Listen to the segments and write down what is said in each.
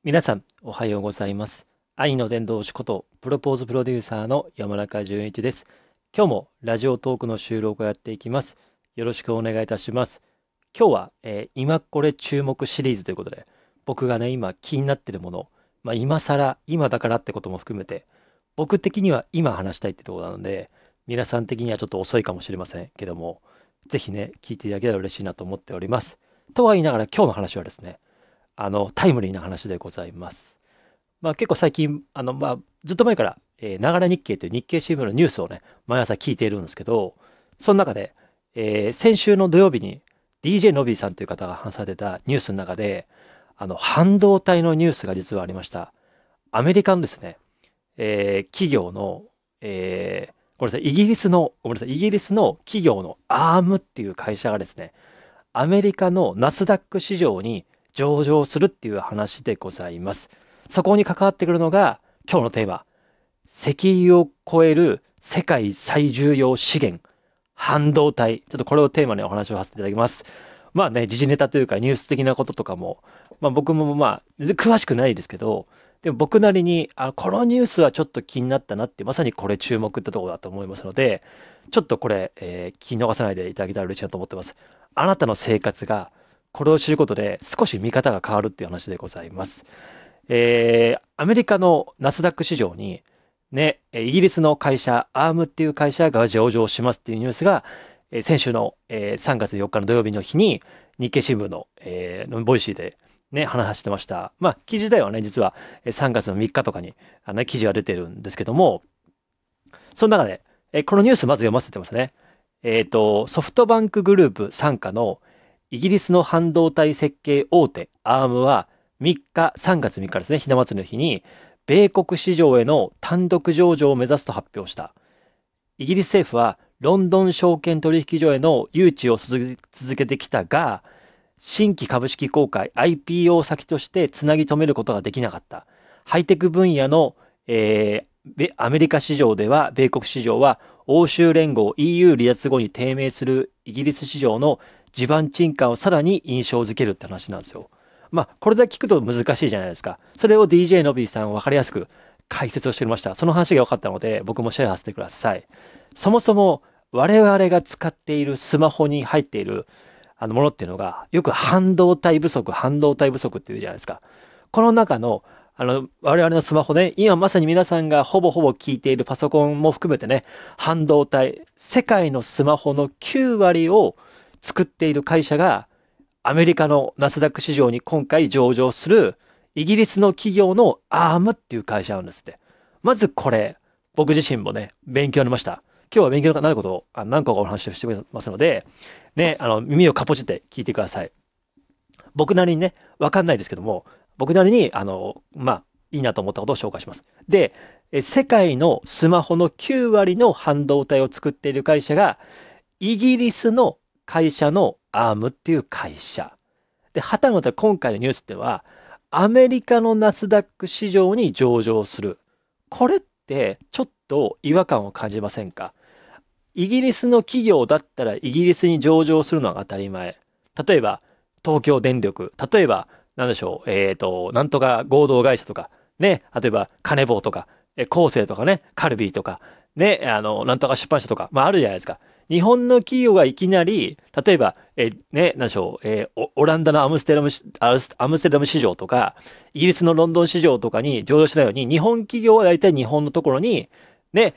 皆さん、おはようございます。愛の伝道師こと、プロポーズプロデューサーの山中淳一です。今日もラジオトークの収録をやっていきます。よろしくお願いいたします。今日は、今これ注目シリーズということで、僕がね、今気になっているもの、今更、今だからってことも含めて、僕的には今話したいってところなので、皆さん的にはちょっと遅いかもしれませんけども、ぜひね、聞いていただけたら嬉しいなと思っております。とは言いながら今日の話はですね、タイムリーな話でございます。結構最近、ずっと前から、ながら日経という日経新聞のニュースをね、毎朝聞いているんですけど、その中で、先週の土曜日に DJ のびーさんという方が話されたニュースの中で、半導体のニュースが実はありました。アメリカのですね、企業の、ごめんなさい、イギリスの企業のアームっていう会社がですね、アメリカのナスダック市場に上場するっていう話でございます。そこに関わってくるのが今日のテーマ、石油を超える世界最重要資源、半導体。ちょっとこれをテーマにお話をさせていただきます。時事ネタというかニュース的なこととかも、僕も全然詳しくないですけど、でも僕なりに、このニュースはちょっと気になったなって、まさにこれ注目ってところだと思いますので、ちょっとこれ、聞き逃さないでいただけたら嬉しいなと思ってます。あなたの生活がこれを知ることで少し見方が変わるっていう話でございます。アメリカのナスダック市場に、ね、イギリスの会社、アームっていう会社が上場しますっていうニュースが、先週の、3月4日の土曜日の日に、日経新聞の、ボイシーで、ね、話してました。記事自体はね、実は3月の3日とかに、記事が出てるんですけども、その中で、このニュースまず読ませてますね。ソフトバンクグループ傘下のイギリスの半導体設計大手アームは3日、3月3日ですね、ひな祭りの日に、米国市場への単独上場を目指すと発表した。イギリス政府はロンドン証券取引所への誘致を続けてきたが、新規株式公開 IPO 先としてつなぎ止めることができなかった。ハイテク分野の、アメリカ市場では、米国市場は欧州連合 EU 離脱後に低迷するイギリス市場の地盤沈下をさらに印象づけるって話なんですよ。これだけ聞くと難しいじゃないですか。それを DJ のびーさん分かりやすく解説をしておりました。その話が良かったので、僕もシェアさせてください。そもそも我々が使っているスマホに入っているものっていうのが、よく半導体不足っていうじゃないですか。この中の、我々のスマホね、今まさに皆さんがほぼほぼ聞いているパソコンも含めてね、半導体、世界のスマホの9割を作っている会社が、アメリカのナスダック市場に今回上場する、イギリスの企業のアームっていう会社なんですって。まずこれ、僕自身もね、勉強になりました。今日は勉強になることを何個かお話をしてますので、ね、耳をかぽちって聞いてください。僕なりにね、わかんないですけども、僕なりに、いいなと思ったことを紹介します。で、世界のスマホの9割の半導体を作っている会社が、イギリスの会社のアームっていう会社。で、はたまた今回のニュースでは、アメリカのナスダック市場に上場する。これってちょっと違和感を感じませんか？イギリスの企業だったらイギリスに上場するのが当たり前。例えば、東京電力。例えば、なんでしょう。なんとか合同会社とか。ね。例えば、カネボウとか、コーセイとかね。カルビーとか。ね。なんとか出版社とか。あるじゃないですか。日本の企業がいきなり、例えば、なんでしょう。オランダのアムステルダム市場とか、イギリスのロンドン市場とかに上場しないように、日本企業は大体日本のところに、ね、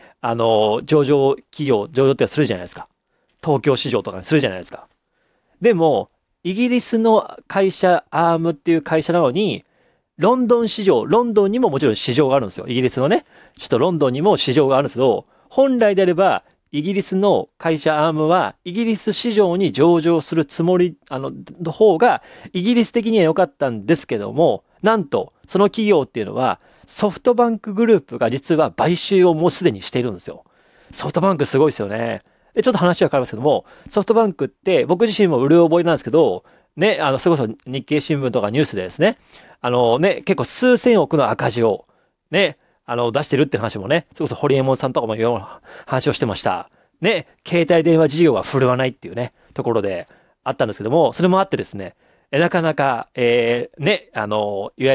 上場ってするじゃないですか。東京市場とかにするじゃないですか。でも、イギリスの会社、アームっていう会社なのに、ロンドンにももちろん市場があるんですよ。イギリスのね、首都ロンドンにも市場があるんですけど、本来であれば、イギリスの会社アームは、イギリス市場に上場するつもり、の方が、イギリス的には良かったんですけども、なんと、その企業っていうのは、ソフトバンクグループが実は買収をもうすでにしているんですよ。ソフトバンクすごいですよね。で、ちょっと話は変わりますけども、ソフトバンクって僕自身もうる覚えなんですけど、ね、それこそ日経新聞とかニュースでですね、結構数千億の赤字を、ね、出してるって話もね、それこそホリエモンさんとかもいろいろ話をしてました。ね、携帯電話事業が振るわないっていうね、ところであったんですけども、それもあってですね、なかなか、いわゆる、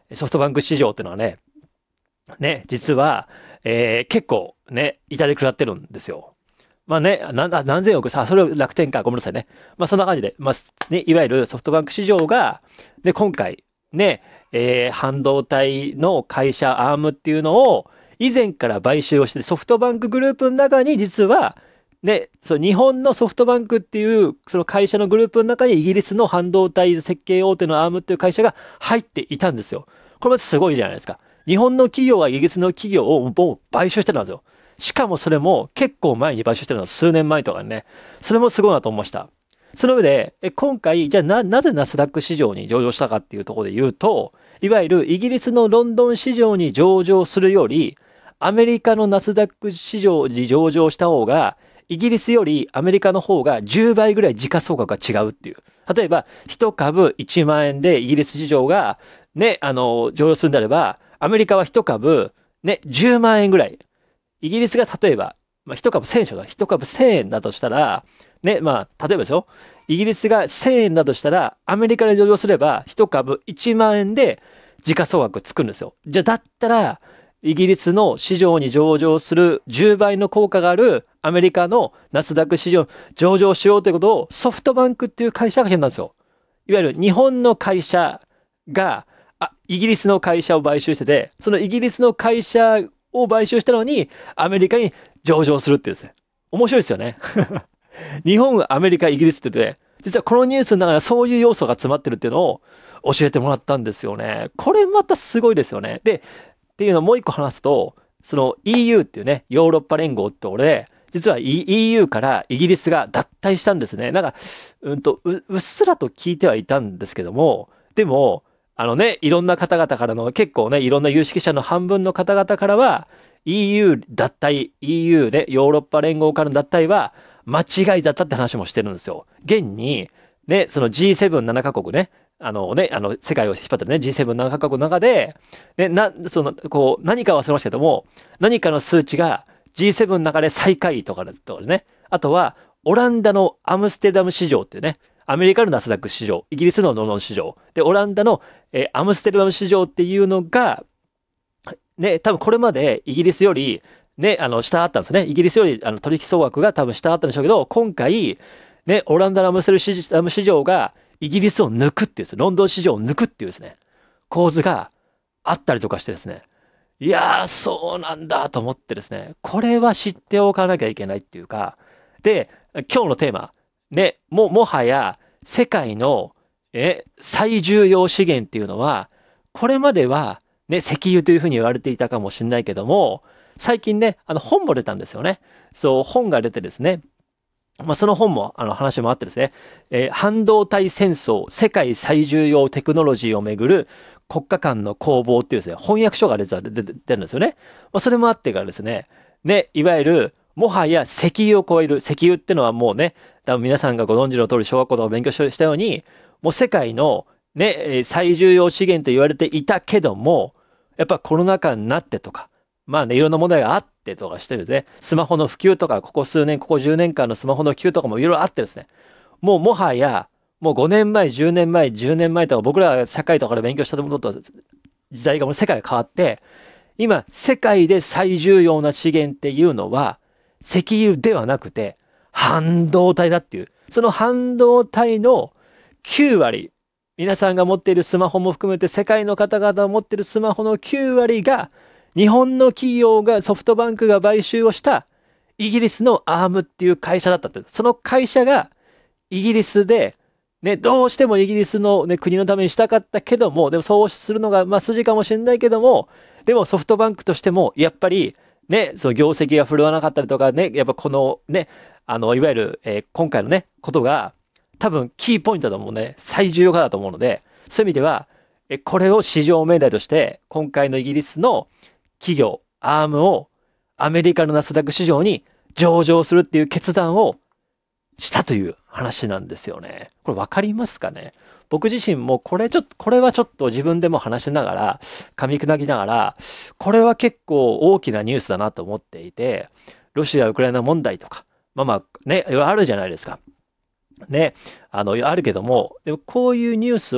ソフトバンク市場っていうのは実は、結構ね、痛手食らってるんですよ。まあね、何千億さ、それを楽天か、ごめんなさいね。まあそんな感じで、まあね、いわゆるソフトバンク市場が、で、今回、ね、半導体の会社アームっていうのを以前から買収をして、ソフトバンクグループの中に実は、ね、そう日本のソフトバンクっていうその会社のグループの中にイギリスの半導体設計大手のアームっていう会社が入っていたんですよ。これまたすごいじゃないですか。日本の企業はイギリスの企業をもう買収してたんですよ。しかもそれも結構前に買収してるのは数年前とかにね。それもすごいなと思いました。その上で、今回、じゃあなぜナスダック市場に上場したかっていうところで言うと、いわゆるイギリスのロンドン市場に上場するより、アメリカのナスダック市場に上場した方が、イギリスよりアメリカの方が10倍ぐらい時価総額が違うっていう。例えば、1株1万円でイギリス市場が上場するんであれば、アメリカは1株10万円ぐらい。イギリスが例えば、まあ、1株1000円だ。1株1000円だとしたら、まあ、例えばですよ。イギリスが1000円だとしたら、アメリカで上場すれば、1株1万円で時価総額つくんですよ。じゃあ、だったら、イギリスの市場に上場する10倍の効果があるアメリカのナスダック市場上場しようということをソフトバンクっていう会社が決めたんですよ。いわゆる日本の会社がイギリスの会社を買収してて、そのイギリスの会社を買収したのにアメリカに上場するっていうですね。面白いですよね。日本、アメリカ、イギリスって言って、実はこのニュースの中にはそういう要素が詰まってるっていうのを教えてもらったんですよね。これまたすごいですよね。で、っていうのをもう一個話すと、その EU っていうね、ヨーロッパ連合って俺で、実は EU からイギリスが脱退したんですね。なんか、うっすらと聞いてはいたんですけども、でも、いろんな方々からの、結構ね、いろんな有識者の半分の方々からは、EU 脱退、EU で、ヨーロッパ連合からの脱退は、間違いだったって話もしてるんですよ。現に、その G77 カ国ね、世界を引っ張ってるね、G77 カ国の中で、何か忘れましたけども、何かの数値が G7 の中で最下位とかね、あとは、オランダのアムステルダム市場っていうね、アメリカのナスダック市場、イギリスのロンドン市場、で、オランダの、アムステルダム市場っていうのが、多分これまでイギリスより、下あったんですね。イギリスより取引総額が多分下あったんでしょうけど、今回、オランダのアムステルダム市場がイギリスを抜くっていうですね、ロンドン市場を抜くっていうですね、構図があったりとかしてですね、いやー、そうなんだと思ってですね、これは知っておかなきゃいけないっていうか、で、今日のテーマ、もはや世界の最重要資源っていうのは、これまでは石油というふうに言われていたかもしれないけども、最近本も出たんですよね。そう、本が出てですね、まあ、その本も、話もあってですね、半導体戦争、世界最重要テクノロジーをめぐる国家間の攻防っていうですね、翻訳書が出てるんですよね。まあ、それもあってからですね、いわゆる、もはや石油を超える、石油ってのはもう多分皆さんがご存知の通り、小学校とか勉強したように、もう世界の最重要資源と言われていたけども、やっぱコロナ禍になってとか、まあね、いろんな問題があってとかしてですね、スマホの普及とか、ここ数年、ここ10年間のスマホの普及とかもいろいろあってですね、もはや、もう5年前、10年前、10年前とか、僕らが社会とかで勉強したものと時代がもう世界が変わって、今、世界で最重要な資源っていうのは、石油ではなくて、半導体だっていう。その半導体の9割、皆さんが持っているスマホも含めて世界の方々が持っているスマホの9割が日本の企業がソフトバンクが買収をしたイギリスのアームっていう会社だったと。その会社がイギリスで、どうしてもイギリスの、国のためにしたかったけども、でもそうするのが、まあ、筋かもしれないけども、でもソフトバンクとしても、やっぱり、その業績が振るわなかったりとかやっぱこのいわゆる、今回のことが、多分キーポイントだと思う最重要化だと思うので、そういう意味では、これを市場命題として、今回のイギリスの企業、アームをアメリカのナスダック市場に上場するっていう決断をしたという話なんですよね。これ分かりますかね。僕自身もこれはちょっと自分でも話しながら、噛み砕きながら、これは結構大きなニュースだなと思っていて、ロシア・ウクライナ問題とか、まあまあいろいろあるじゃないですか。あるけども、でもこういうニュースを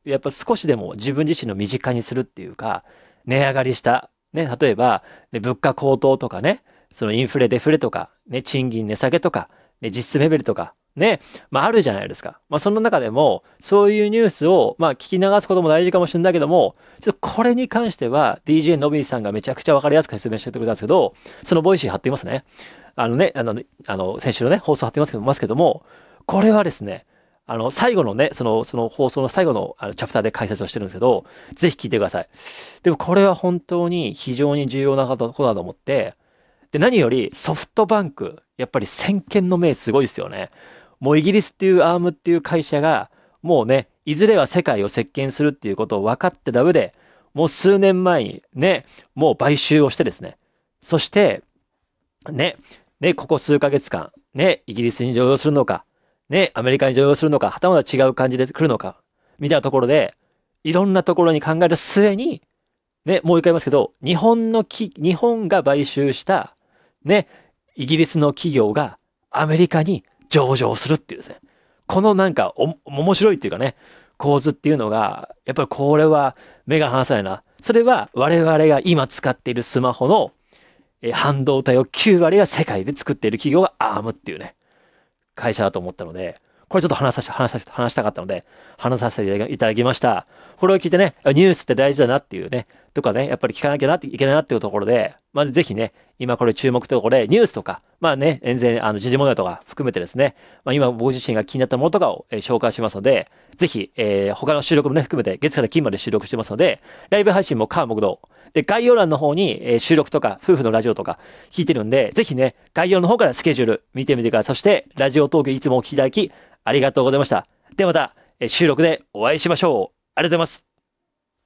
やっぱ少しでも自分自身の身近にするっていうか、値上がりした、ね、例えば、ね、物価高騰とかね、そのインフレデフレとか、ね、賃金値下げとか、ね、実質レベルとか、ね、まああるじゃないですか。まあその中でも、そういうニュースを、まあ聞き流すことも大事かもしれないけども、ちょっとこれに関しては DJ のびさんがめちゃくちゃわかりやすく説明してくれたんですけど、そのボイシー貼っていますね。先週のね、放送貼ってますけども、これはですね、最後のね、その放送の最後のチャプターで解説をしてるんですけど、ぜひ聞いてください。でもこれは本当に非常に重要なことだと思って、で、何よりソフトバンク、やっぱり先見の明すごいですよね。もうイギリスっていうアームっていう会社が、もうね、いずれは世界を席巻するっていうことを分かってた上で、もう数年前にね、もう買収をしてですね、そして、ここ数ヶ月間、ね、イギリスに上場するのか、ね、アメリカに上場するのか、はたまた違う感じで来るのか、みたいなところで、いろんなところに考えた末に、ね、もう一回言いますけど、日本が買収した、ね、イギリスの企業がアメリカに上場するっていうですね。このなんか面白いっていうかね、構図っていうのが、やっぱりこれは目が離せないな。それは我々が今使っているスマホの半導体を9割が世界で作っている企業がアームっていうね、会社だと思ったので、これちょっと話したかったので、話させていただきました。これを聞いてね、ニュースって大事だなっていうね、とかね、やっぱり聞かなきゃいけないなっていうところで、まずぜひね、今これ注目というところで、ニュースとか、まあね、全然、時事問題とか含めてですね、まあ今僕自身が気になったものとかを、紹介しますので、ぜひ、他の収録もね、含めて、月から金まで収録してますので、ライブ配信も川木道。で、概要欄の方に、収録とか、夫婦のラジオとか、聞いてるんで、ぜひね、概要の方からスケジュール見てみてください。そして、ラジオトークいつもお聞きいただき、ありがとうございました。ではまた、収録でお会いしましょう。ありがとうございます。